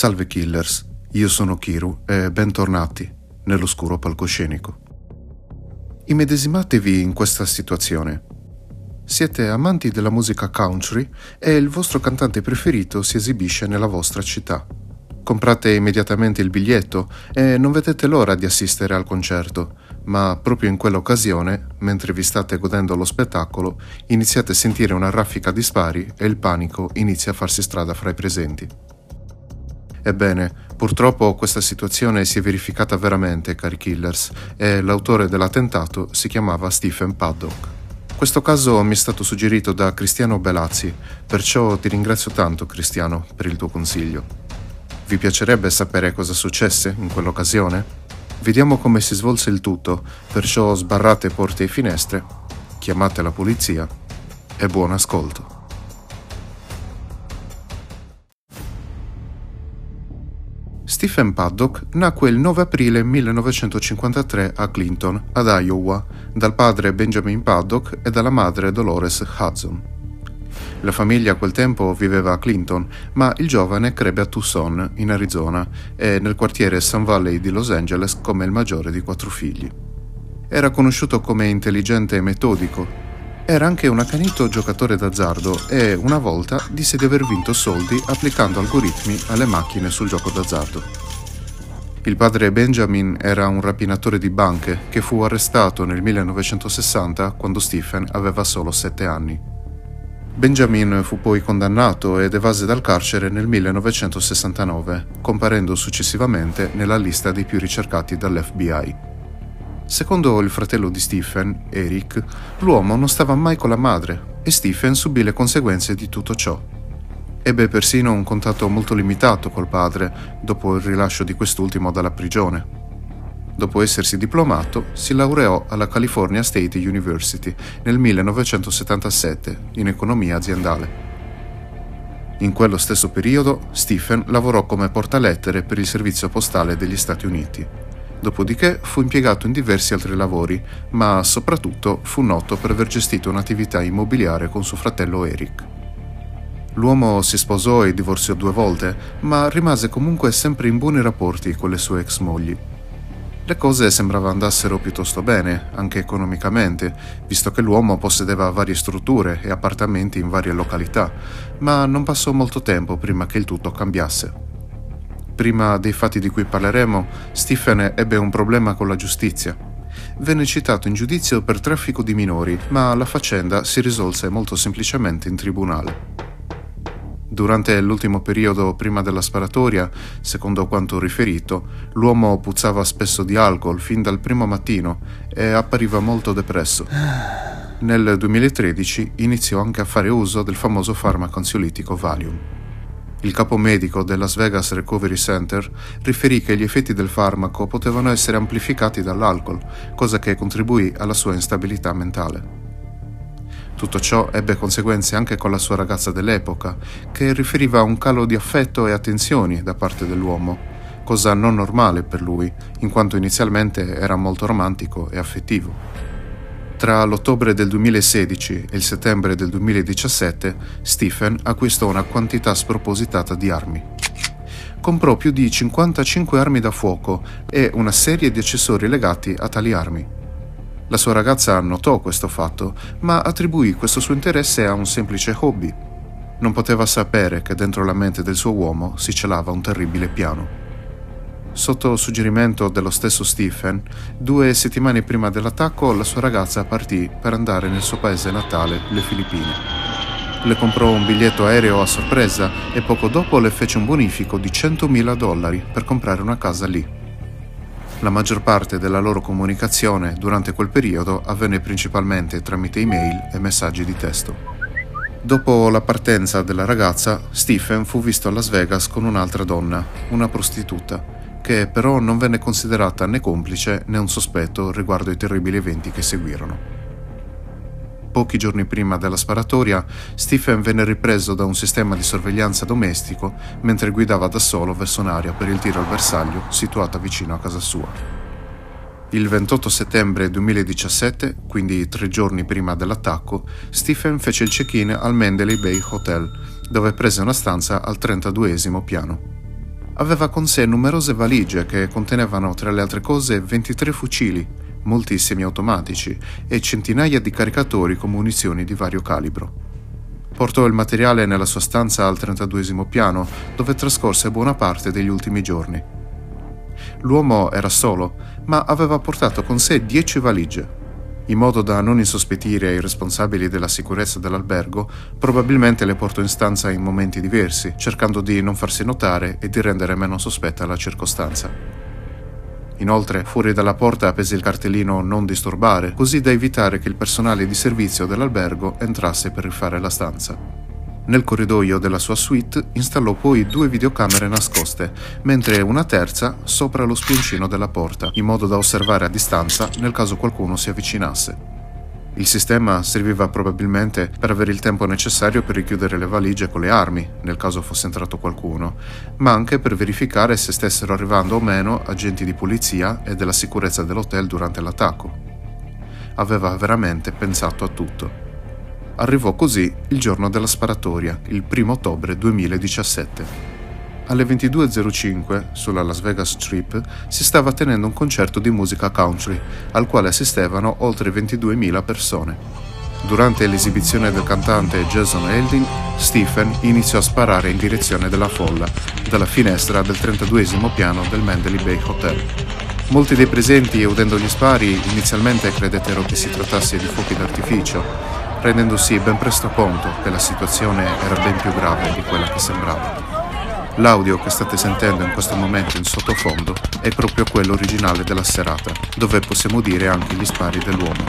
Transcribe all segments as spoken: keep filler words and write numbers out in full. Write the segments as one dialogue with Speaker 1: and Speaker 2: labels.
Speaker 1: Salve killers, io sono Kiru e bentornati nell'oscuro palcoscenico. Immedesimatevi in questa situazione. Siete amanti della musica country e il vostro cantante preferito si esibisce nella vostra città. Comprate immediatamente il biglietto e non vedete l'ora di assistere al concerto, ma proprio in quell'occasione, mentre vi state godendo lo spettacolo, iniziate a sentire una raffica di spari e il panico inizia a farsi strada fra i presenti. Ebbene, purtroppo questa situazione si è verificata veramente, cari killers, e l'autore dell'attentato si chiamava Stephen Paddock. Questo caso mi è stato suggerito da Cristiano Belazzi, perciò ti ringrazio tanto, Cristiano, per il tuo consiglio. Vi piacerebbe sapere cosa successe in quell'occasione? Vediamo come si svolse il tutto, perciò sbarrate porte e finestre, chiamate la polizia e buon ascolto. Stephen Paddock nacque il nove aprile millenovecentocinquantatré a Clinton, ad Iowa, dal padre Benjamin Paddock e dalla madre Dolores Hudson. La famiglia a quel tempo viveva a Clinton, ma il giovane crebbe a Tucson, in Arizona, e nel quartiere Sun Valley di Los Angeles come il maggiore di quattro figli. Era conosciuto come intelligente e metodico. Era anche un accanito giocatore d'azzardo e una volta disse di aver vinto soldi applicando algoritmi alle macchine sul gioco d'azzardo. Il padre Benjamin era un rapinatore di banche che fu arrestato nel millenovecentosessanta quando Stephen aveva solo sette anni. Benjamin fu poi condannato ed evase dal carcere nel millenovecentosessantanove, comparendo successivamente nella lista dei più ricercati dall'F B I. Secondo il fratello di Stephen, Eric, l'uomo non stava mai con la madre e Stephen subì le conseguenze di tutto ciò. Ebbe persino un contatto molto limitato col padre dopo il rilascio di quest'ultimo dalla prigione. Dopo essersi diplomato, si laureò alla California State University nel millenovecentosettantasette in economia aziendale. In quello stesso periodo, Stephen lavorò come portalettere per il servizio postale degli Stati Uniti. Dopodiché fu impiegato in diversi altri lavori, ma soprattutto fu noto per aver gestito un'attività immobiliare con suo fratello Eric. L'uomo si sposò e divorziò due volte, ma rimase comunque sempre in buoni rapporti con le sue ex mogli. Le cose sembrava andassero piuttosto bene, anche economicamente, visto che l'uomo possedeva varie strutture e appartamenti in varie località, ma non passò molto tempo prima che il tutto cambiasse. Prima dei fatti di cui parleremo, Stephen ebbe un problema con la giustizia. Venne citato in giudizio per traffico di minori, ma la faccenda si risolse molto semplicemente in tribunale. Durante l'ultimo periodo prima della sparatoria, secondo quanto riferito, l'uomo puzzava spesso di alcol fin dal primo mattino e appariva molto depresso. Nel duemilatredici iniziò anche a fare uso del famoso farmaco ansiolitico Valium. Il capo medico del Las Vegas Recovery Center riferì che gli effetti del farmaco potevano essere amplificati dall'alcol, cosa che contribuì alla sua instabilità mentale. Tutto ciò ebbe conseguenze anche con la sua ragazza dell'epoca, che riferiva a un calo di affetto e attenzioni da parte dell'uomo, cosa non normale per lui, in quanto inizialmente era molto romantico e affettivo. Tra l'ottobre del duemilasedici e il settembre del duemiladiciassette, Stephen acquistò una quantità spropositata di armi. Comprò più di cinquantacinque armi da fuoco e una serie di accessori legati a tali armi. La sua ragazza notò questo fatto, ma attribuì questo suo interesse a un semplice hobby. Non poteva sapere che dentro la mente del suo uomo si celava un terribile piano. Sotto suggerimento dello stesso Stephen, due settimane prima dell'attacco la sua ragazza partì per andare nel suo paese natale, le Filippine. Le comprò un biglietto aereo a sorpresa e poco dopo le fece un bonifico di centomila dollari per comprare una casa lì. La maggior parte della loro comunicazione durante quel periodo avvenne principalmente tramite email e messaggi di testo. Dopo la partenza della ragazza, Stephen fu visto a Las Vegas con un'altra donna, una prostituta, che però non venne considerata né complice né un sospetto riguardo ai terribili eventi che seguirono. Pochi giorni prima della sparatoria, Stephen venne ripreso da un sistema di sorveglianza domestico mentre guidava da solo verso un'area per il tiro al bersaglio situata vicino a casa sua. Il ventotto settembre duemiladiciassette, quindi tre giorni prima dell'attacco, Stephen fece il check-in al Mandalay Bay Hotel, dove prese una stanza al trentaduesimo piano. Aveva con sé numerose valigie che contenevano, tra le altre cose, ventitré fucili, molti semiautomatici e centinaia di caricatori con munizioni di vario calibro. Portò il materiale nella sua stanza al trentaduesimo piano, dove trascorse buona parte degli ultimi giorni. L'uomo era solo, ma aveva portato con sé dieci valigie. In modo da non insospettire i responsabili della sicurezza dell'albergo, probabilmente le portò in stanza in momenti diversi, cercando di non farsi notare e di rendere meno sospetta la circostanza. Inoltre, fuori dalla porta appese il cartellino "Non disturbare", così da evitare che il personale di servizio dell'albergo entrasse per rifare la stanza. Nel corridoio della sua suite installò poi due videocamere nascoste, mentre una terza sopra lo spioncino della porta, in modo da osservare a distanza nel caso qualcuno si avvicinasse. Il sistema serviva probabilmente per avere il tempo necessario per richiudere le valigie con le armi, nel caso fosse entrato qualcuno, ma anche per verificare se stessero arrivando o meno agenti di polizia e della sicurezza dell'hotel durante l'attacco. Aveva veramente pensato a tutto. Arrivò così il giorno della sparatoria, il primo ottobre duemiladiciassette. Alle ventidue e zero cinque, sulla Las Vegas Strip, si stava tenendo un concerto di musica country, al quale assistevano oltre ventiduemila persone. Durante l'esibizione del cantante Jason Aldean, Stephen iniziò a sparare in direzione della folla, dalla finestra del trentaduesimo piano del Mandalay Bay Hotel. Molti dei presenti, udendo gli spari, inizialmente credettero che si trattasse di fuochi d'artificio, rendendosi ben presto conto che la situazione era ben più grave di quella che sembrava. L'audio che state sentendo in questo momento in sottofondo è proprio quello originale della serata, dove possiamo dire anche gli spari dell'uomo.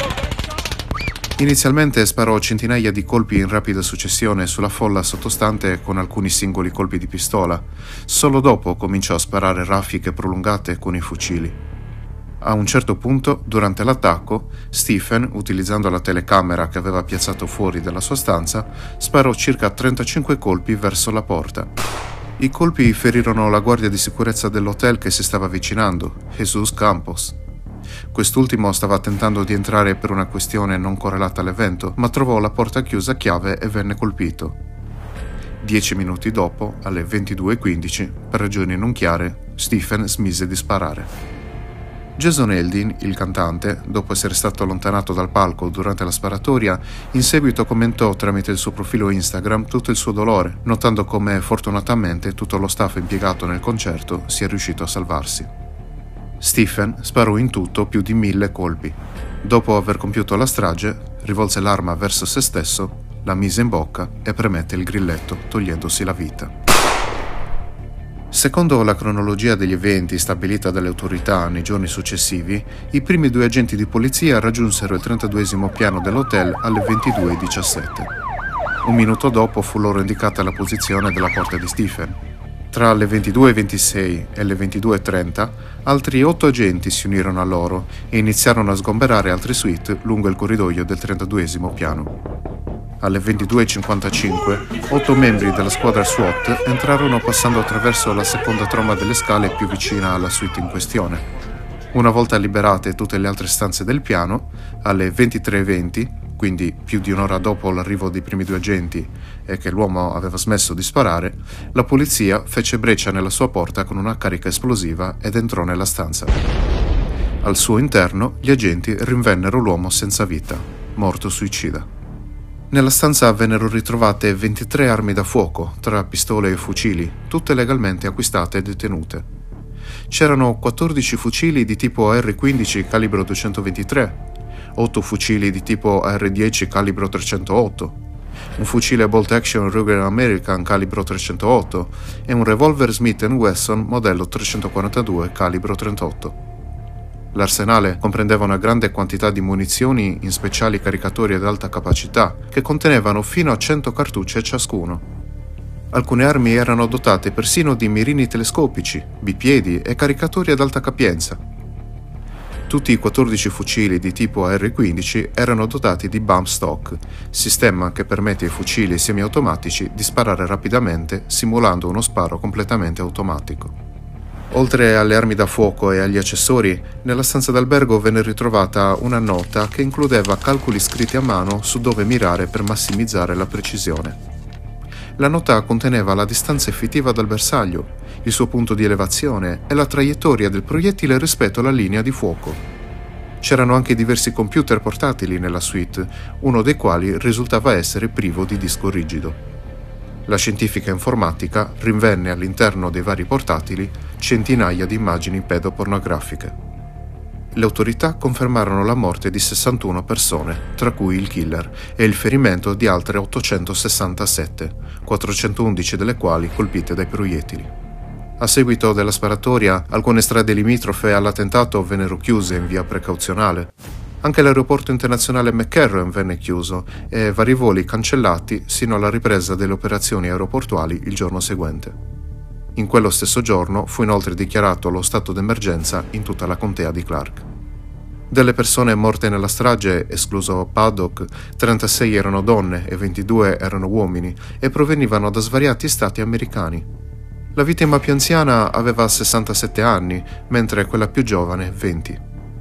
Speaker 1: Inizialmente sparò centinaia di colpi in rapida successione sulla folla sottostante con alcuni singoli colpi di pistola. Solo dopo cominciò a sparare raffiche prolungate con i fucili. A un certo punto, durante l'attacco, Stephen, utilizzando la telecamera che aveva piazzato fuori dalla sua stanza, sparò circa trentacinque colpi verso la porta. I colpi ferirono la guardia di sicurezza dell'hotel che si stava avvicinando, Jesus Campos. Quest'ultimo stava tentando di entrare per una questione non correlata all'evento, ma trovò la porta chiusa a chiave e venne colpito. Dieci minuti dopo, alle ventidue e quindici, per ragioni non chiare, Stephen smise di sparare. Jason Aldean, il cantante, dopo essere stato allontanato dal palco durante la sparatoria, in seguito commentò tramite il suo profilo Instagram tutto il suo dolore, notando come fortunatamente tutto lo staff impiegato nel concerto sia riuscito a salvarsi. Stephen sparò in tutto più di mille colpi. Dopo aver compiuto la strage, rivolse l'arma verso se stesso, la mise in bocca e premette il grilletto, togliendosi la vita. Secondo la cronologia degli eventi stabilita dalle autorità nei giorni successivi, i primi due agenti di polizia raggiunsero il trentaduesimo piano dell'hotel alle ventidue e diciassette. Un minuto dopo fu loro indicata la posizione della porta di Stephen. Tra le ventidue e ventisei e le ventidue e trenta, altri otto agenti si unirono a loro e iniziarono a sgomberare altre suite lungo il corridoio del trentaduesimo piano. Alle ventidue e cinquantacinque, otto membri della squadra SWAT entrarono passando attraverso la seconda tromba delle scale più vicina alla suite in questione. Una volta liberate tutte le altre stanze del piano, alle ventitré e venti, quindi più di un'ora dopo l'arrivo dei primi due agenti e che l'uomo aveva smesso di sparare, la polizia fece breccia nella sua porta con una carica esplosiva ed entrò nella stanza. Al suo interno, gli agenti rinvennero l'uomo senza vita, morto suicida. Nella stanza vennero ritrovate ventitré armi da fuoco, tra pistole e fucili, tutte legalmente acquistate e detenute. C'erano quattordici fucili di tipo A R quindici calibro duecentoventitré, otto fucili di tipo A R dieci calibro trecentootto, un fucile bolt action Ruger American calibro trecentootto e un revolver Smith and Wesson modello trecentoquarantadue calibro trentotto. L'arsenale comprendeva una grande quantità di munizioni in speciali caricatori ad alta capacità, che contenevano fino a cento cartucce ciascuno. Alcune armi erano dotate persino di mirini telescopici, bipiedi e caricatori ad alta capienza. Tutti i quattordici fucili di tipo A R quindici erano dotati di bump stock, sistema che permette ai fucili semiautomatici di sparare rapidamente simulando uno sparo completamente automatico. Oltre alle armi da fuoco e agli accessori, nella stanza d'albergo venne ritrovata una nota che includeva calcoli scritti a mano su dove mirare per massimizzare la precisione. La nota conteneva la distanza effettiva dal bersaglio, il suo punto di elevazione e la traiettoria del proiettile rispetto alla linea di fuoco. C'erano anche diversi computer portatili nella suite, uno dei quali risultava essere privo di disco rigido. La scientifica informatica rinvenne all'interno dei vari portatili centinaia di immagini pedopornografiche. Le autorità confermarono la morte di sessantuno persone, tra cui il killer, e il ferimento di altre ottocentosessantasette, quattrocentoundici delle quali colpite dai proiettili. A seguito della sparatoria, alcune strade limitrofe all'attentato vennero chiuse in via precauzionale. Anche l'aeroporto internazionale McCarran venne chiuso e vari voli cancellati sino alla ripresa delle operazioni aeroportuali il giorno seguente. In quello stesso giorno fu inoltre dichiarato lo stato d'emergenza in tutta la contea di Clark. Delle persone morte nella strage, escluso Paddock, trentasei erano donne e ventidue erano uomini e provenivano da svariati stati americani. La vittima più anziana aveva sessantasette anni, mentre quella più giovane venti.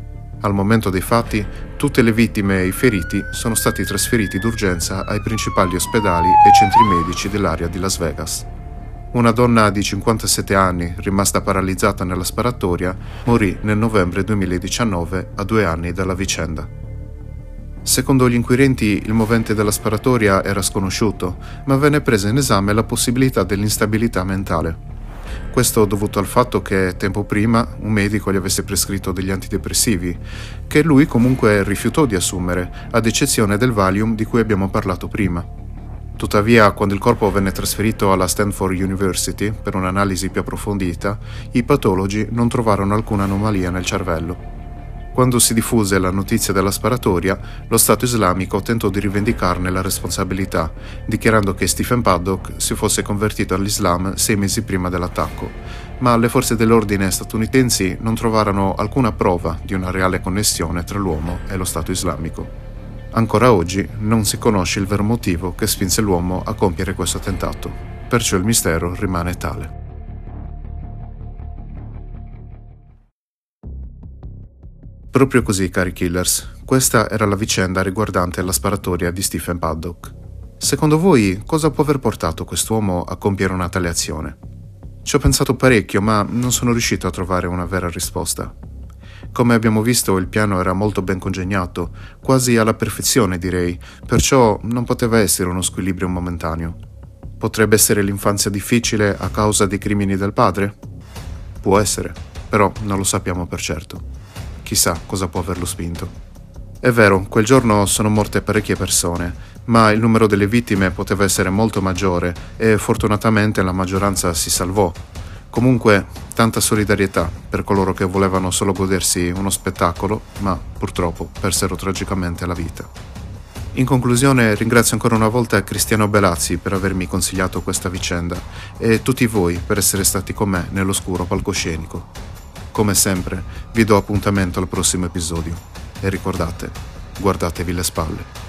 Speaker 1: Al momento dei fatti, tutte le vittime e i feriti sono stati trasferiti d'urgenza ai principali ospedali e centri medici dell'area di Las Vegas. Una donna di cinquantasette anni, rimasta paralizzata nella sparatoria, morì nel novembre duemiladiciannove a due anni dalla vicenda. Secondo gli inquirenti, il movente della sparatoria era sconosciuto, ma venne presa in esame la possibilità dell'instabilità mentale. Questo dovuto al fatto che, tempo prima, un medico gli avesse prescritto degli antidepressivi, che lui comunque rifiutò di assumere, ad eccezione del Valium di cui abbiamo parlato prima. Tuttavia, quando il corpo venne trasferito alla Stanford University per un'analisi più approfondita, i patologi non trovarono alcuna anomalia nel cervello. Quando si diffuse la notizia della sparatoria, lo Stato islamico tentò di rivendicarne la responsabilità, dichiarando che Stephen Paddock si fosse convertito all'Islam sei mesi prima dell'attacco, ma le forze dell'ordine statunitensi non trovarono alcuna prova di una reale connessione tra l'uomo e lo Stato islamico. Ancora oggi non si conosce il vero motivo che spinse l'uomo a compiere questo attentato, perciò il mistero rimane tale. Proprio così, cari killers, questa era la vicenda riguardante la sparatoria di Stephen Paddock. Secondo voi, cosa può aver portato quest'uomo a compiere una tale azione? Ci ho pensato parecchio, ma non sono riuscito a trovare una vera risposta. Come abbiamo visto, il piano era molto ben congegnato, quasi alla perfezione direi, perciò non poteva essere uno squilibrio momentaneo. Potrebbe essere l'infanzia difficile a causa dei crimini del padre? Può essere, però non lo sappiamo per certo. Chissà cosa può averlo spinto. È vero, quel giorno sono morte parecchie persone, ma il numero delle vittime poteva essere molto maggiore e fortunatamente la maggioranza si salvò. Comunque, tanta solidarietà per coloro che volevano solo godersi uno spettacolo, ma purtroppo persero tragicamente la vita. In conclusione, ringrazio ancora una volta Cristiano Belazzi per avermi consigliato questa vicenda e tutti voi per essere stati con me nell'oscuro palcoscenico. Come sempre, vi do appuntamento al prossimo episodio e ricordate, guardatevi le spalle.